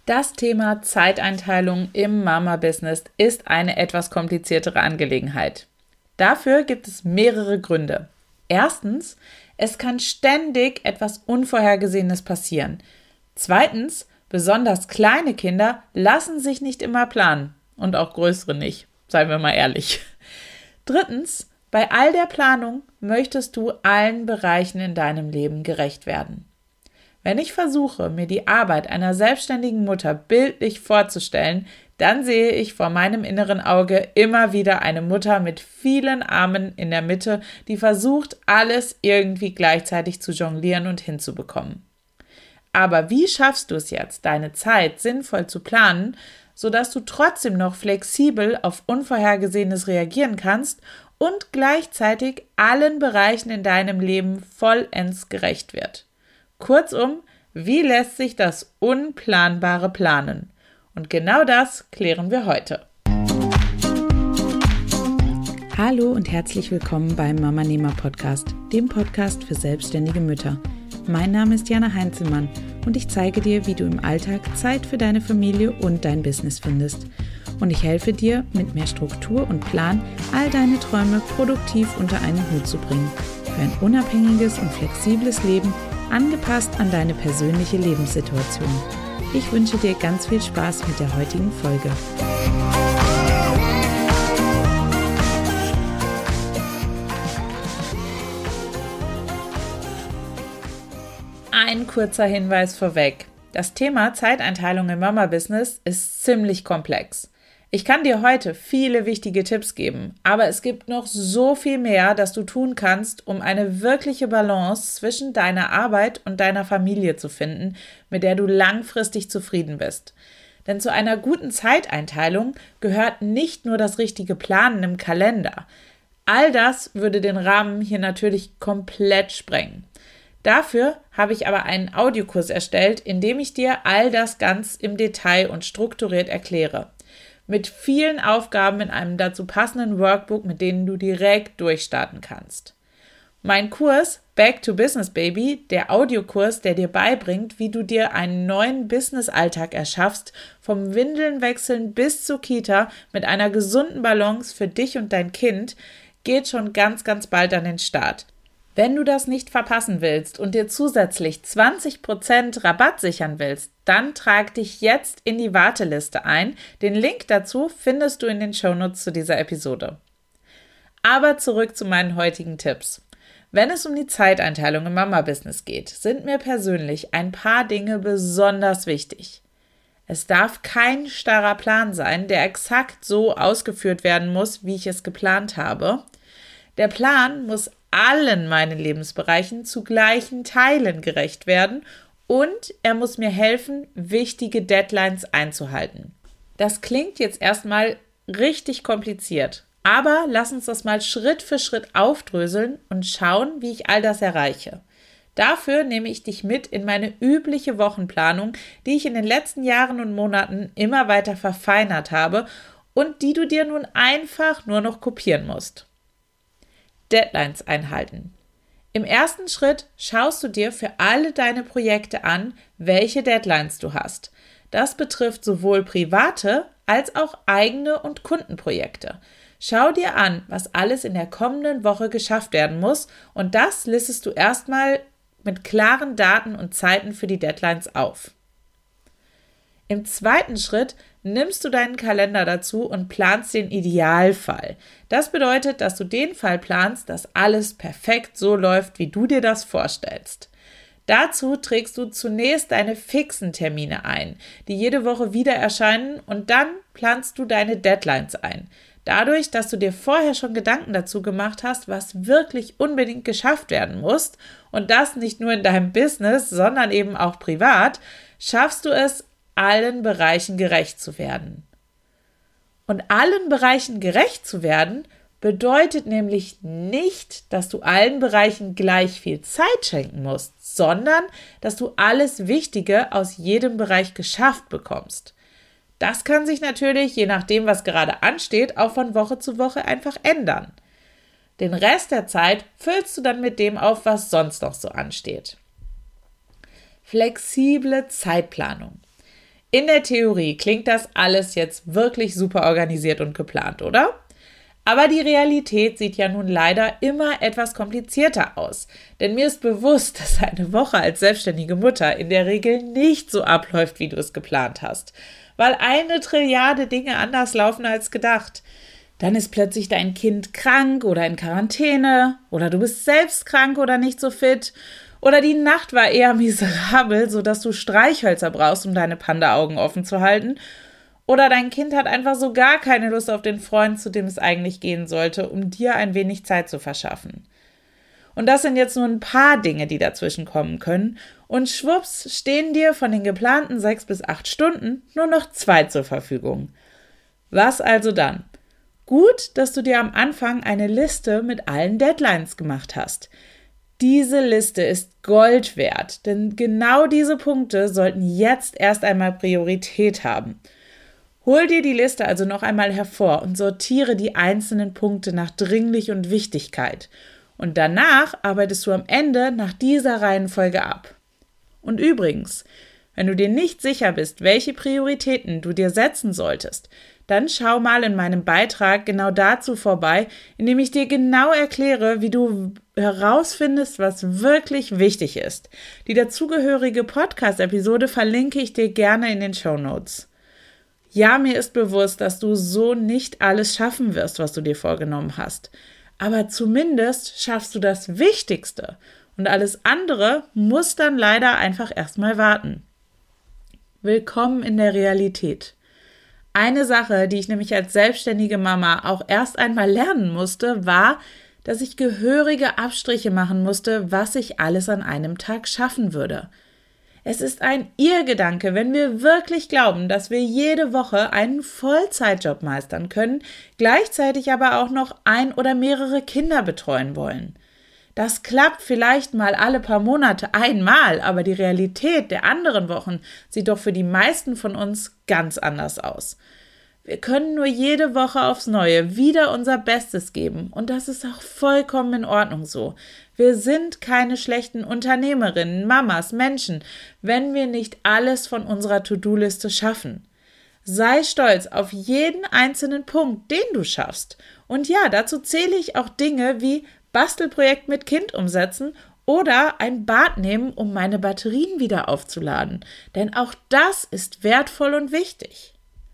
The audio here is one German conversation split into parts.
Das Thema Zeiteinteilung im Mama-Business ist eine etwas kompliziertere Angelegenheit. Dafür gibt es mehrere Gründe. Erstens, es kann ständig etwas Unvorhergesehenes passieren. Zweitens, besonders kleine Kinder lassen sich nicht immer planen und auch größere nicht, seien wir mal ehrlich. Drittens, bei all der Planung möchtest du allen Bereichen in deinem Leben gerecht werden. Wenn ich versuche, mir die Arbeit einer selbstständigen Mutter bildlich vorzustellen, dann sehe ich vor meinem inneren Auge immer wieder eine Mutter mit vielen Armen in der Mitte, die versucht, alles irgendwie gleichzeitig zu jonglieren und hinzubekommen. Aber wie schaffst du es jetzt, deine Zeit sinnvoll zu planen, sodass du trotzdem noch flexibel auf Unvorhergesehenes reagieren kannst und gleichzeitig allen Bereichen in deinem Leben vollends gerecht wird? Kurzum, wie lässt sich das Unplanbare planen? Und genau das klären wir heute. Hallo und herzlich willkommen beim Mamanehmer Podcast, dem Podcast für selbstständige Mütter. Mein Name ist Jana Heinzelmann und ich zeige dir, wie du im Alltag Zeit für deine Familie und dein Business findest. Und ich helfe dir, mit mehr Struktur und Plan all deine Träume produktiv unter einen Hut zu bringen. Für ein unabhängiges und flexibles Leben, angepasst an deine persönliche Lebenssituation. Ich wünsche dir ganz viel Spaß mit der heutigen Folge. Ein kurzer Hinweis vorweg. Das Thema Zeiteinteilung im Mama-Business ist ziemlich komplex. Ich kann dir heute viele wichtige Tipps geben, aber es gibt noch so viel mehr, das du tun kannst, um eine wirkliche Balance zwischen deiner Arbeit und deiner Familie zu finden, mit der du langfristig zufrieden bist. Denn zu einer guten Zeiteinteilung gehört nicht nur das richtige Planen im Kalender. All das würde den Rahmen hier natürlich komplett sprengen. Dafür habe ich aber einen Audiokurs erstellt, in dem ich dir all das ganz im Detail und strukturiert erkläre. Mit vielen Aufgaben in einem dazu passenden Workbook, mit denen du direkt durchstarten kannst. Mein Kurs Back to Business Baby, der Audiokurs, der dir beibringt, wie du dir einen neuen Business-Alltag erschaffst, vom Windelnwechseln bis zur Kita mit einer gesunden Balance für dich und dein Kind, geht schon ganz bald an den Start. Wenn du das nicht verpassen willst und dir zusätzlich 20% Rabatt sichern willst, dann trag dich jetzt in die Warteliste ein. Den Link dazu findest du in den Shownotes zu dieser Episode. Aber zurück zu meinen heutigen Tipps. Wenn es um die Zeiteinteilung im Mama-Business geht, sind mir persönlich ein paar Dinge besonders wichtig. Es darf kein starrer Plan sein, der exakt so ausgeführt werden muss, wie ich es geplant habe. Der Plan muss allen meinen Lebensbereichen zu gleichen Teilen gerecht werden und er muss mir helfen, wichtige Deadlines einzuhalten. Das klingt jetzt erstmal richtig kompliziert, aber lass uns das mal Schritt für Schritt aufdröseln und schauen, wie ich all das erreiche. Dafür nehme ich dich mit in meine übliche Wochenplanung, die ich in den letzten Jahren und Monaten immer weiter verfeinert habe und die du dir nun einfach nur noch kopieren musst. Deadlines einhalten. Im ersten Schritt schaust du dir für alle deine Projekte an, welche Deadlines du hast. Das betrifft sowohl private als auch eigene und Kundenprojekte. Schau dir an, was alles in der kommenden Woche geschafft werden muss und das listest du erstmal mit klaren Daten und Zeiten für die Deadlines auf. Im zweiten Schritt nimmst du deinen Kalender dazu und planst den Idealfall. Das bedeutet, dass du den Fall planst, dass alles perfekt so läuft, wie du dir das vorstellst. Dazu trägst du zunächst deine fixen Termine ein, die jede Woche wieder erscheinen und dann planst du deine Deadlines ein. Dadurch, dass du dir vorher schon Gedanken dazu gemacht hast, was wirklich unbedingt geschafft werden muss und das nicht nur in deinem Business, sondern eben auch privat, schaffst du es, allen Bereichen gerecht zu werden. Und allen Bereichen gerecht zu werden, bedeutet nämlich nicht, dass du allen Bereichen gleich viel Zeit schenken musst, sondern dass du alles Wichtige aus jedem Bereich geschafft bekommst. Das kann sich natürlich, je nachdem, was gerade ansteht, auch von Woche zu Woche einfach ändern. Den Rest der Zeit füllst du dann mit dem auf, was sonst noch so ansteht. Flexible Zeitplanung. In der Theorie klingt das alles jetzt wirklich super organisiert und geplant, oder? Aber die Realität sieht ja nun leider immer etwas komplizierter aus. Denn mir ist bewusst, dass eine Woche als selbstständige Mutter in der Regel nicht so abläuft, wie du es geplant hast. Weil 1 Trilliarde Dinge anders laufen als gedacht. Dann ist plötzlich dein Kind krank oder in Quarantäne oder du bist selbst krank oder nicht so fit oder die Nacht war eher miserabel, sodass du Streichhölzer brauchst, um deine Panda-Augen offen zu halten. Oder dein Kind hat einfach so gar keine Lust auf den Freund, zu dem es eigentlich gehen sollte, um dir ein wenig Zeit zu verschaffen. Und das sind jetzt nur ein paar Dinge, die dazwischen kommen können. Und schwupps stehen dir von den geplanten 6 bis 8 Stunden nur noch 2 zur Verfügung. Was also dann? Gut, dass du dir am Anfang eine Liste mit allen Deadlines gemacht hast. Diese Liste ist Gold wert, denn genau diese Punkte sollten jetzt erst einmal Priorität haben. Hol dir die Liste also noch einmal hervor und sortiere die einzelnen Punkte nach Dringlich und Wichtigkeit. Und danach arbeitest du am Ende nach dieser Reihenfolge ab. Und übrigens, wenn du dir nicht sicher bist, welche Prioritäten du dir setzen solltest, dann schau mal in meinem Beitrag genau dazu vorbei, in dem ich dir genau erkläre, wie du herausfindest, was wirklich wichtig ist. Die dazugehörige Podcast-Episode verlinke ich dir gerne in den Shownotes. Ja, mir ist bewusst, dass du so nicht alles schaffen wirst, was du dir vorgenommen hast. Aber zumindest schaffst du das Wichtigste. Und alles andere muss dann leider einfach erstmal warten. Willkommen in der Realität. Eine Sache, die ich nämlich als selbstständige Mama auch erst einmal lernen musste, war, dass ich gehörige Abstriche machen musste, was ich alles an einem Tag schaffen würde. Es ist ein Irrgedanke, wenn wir wirklich glauben, dass wir jede Woche einen Vollzeitjob meistern können, gleichzeitig aber auch noch 1 oder mehrere Kinder betreuen wollen. Das klappt vielleicht mal alle paar Monate einmal, aber die Realität der anderen Wochen sieht doch für die meisten von uns ganz anders aus. Wir können nur jede Woche aufs Neue wieder unser Bestes geben und das ist auch vollkommen in Ordnung so. Wir sind keine schlechten Unternehmerinnen, Mamas, Menschen, wenn wir nicht alles von unserer To-Do-Liste schaffen. Sei stolz auf jeden einzelnen Punkt, den du schaffst. Und ja, dazu zähle ich auch Dinge wie Bastelprojekt mit Kind umsetzen oder ein Bad nehmen, um meine Batterien wieder aufzuladen. Denn auch das ist wertvoll und wichtig.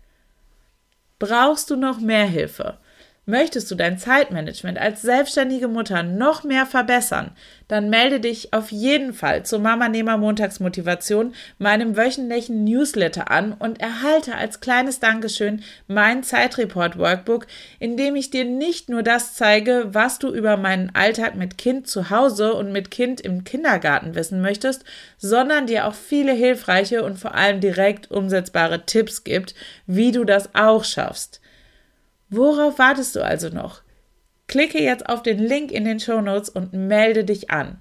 Brauchst du noch mehr Hilfe? Möchtest du dein Zeitmanagement als selbstständige Mutter noch mehr verbessern? Dann melde dich auf jeden Fall zur Mama-Nehmer Montagsmotivation, meinem wöchentlichen Newsletter an und erhalte als kleines Dankeschön mein Zeitreport-Workbook, in dem ich dir nicht nur das zeige, was du über meinen Alltag mit Kind zu Hause und mit Kind im Kindergarten wissen möchtest, sondern dir auch viele hilfreiche und vor allem direkt umsetzbare Tipps gibt, wie du das auch schaffst. Worauf wartest du also noch? Klicke jetzt auf den Link in den Shownotes und melde dich an.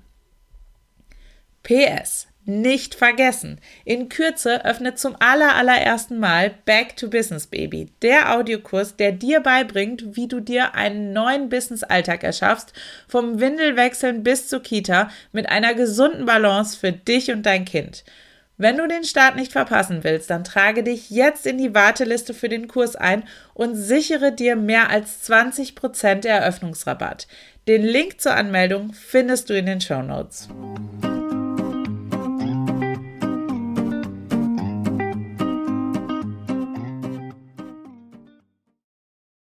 PS, nicht vergessen, in Kürze öffnet zum allerersten Mal Back to Business Baby, der Audiokurs, der dir beibringt, wie du dir einen neuen Business-Alltag erschaffst, vom Windelwechseln bis zur Kita, mit einer gesunden Balance für dich und dein Kind. Wenn du den Start nicht verpassen willst, dann trage dich jetzt in die Warteliste für den Kurs ein und sichere dir mehr als 20% Eröffnungsrabatt. Den Link zur Anmeldung findest du in den Shownotes.